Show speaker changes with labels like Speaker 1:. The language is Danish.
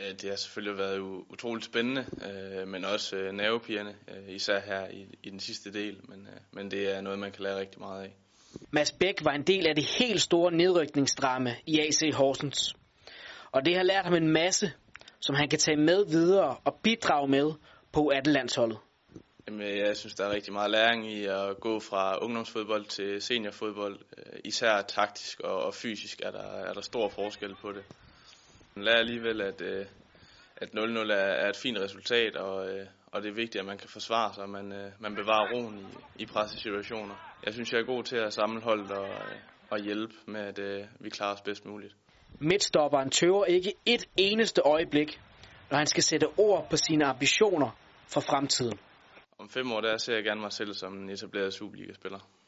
Speaker 1: Det har selvfølgelig været utroligt spændende, men også nervepirrende, især her i den sidste del, men det er noget, man kan lære rigtig meget af.
Speaker 2: Mads Bæk var en del af det helt store nedrykningsdrama i AC Horsens. Og det har lært ham en masse, som han kan tage med videre og bidrage med på U18-landsholdet.
Speaker 1: Jeg synes, der er rigtig meget læring i at gå fra ungdomsfodbold til seniorfodbold. Især taktisk og fysisk er der stor forskel på det. Man lærer alligevel, at 0-0 er et fint resultat, og det er vigtigt, at man kan forsvare sig, og man bevarer roen i pressesituationer. Jeg synes, jeg er god til at samle holdet og hjælpe med, at vi klarer os bedst muligt.
Speaker 2: Midtstopperen tøver ikke et eneste øjeblik, når han skal sætte ord på sine ambitioner for fremtiden.
Speaker 1: Om 5 år der ser jeg gerne mig selv som en etableret Superliga-spiller.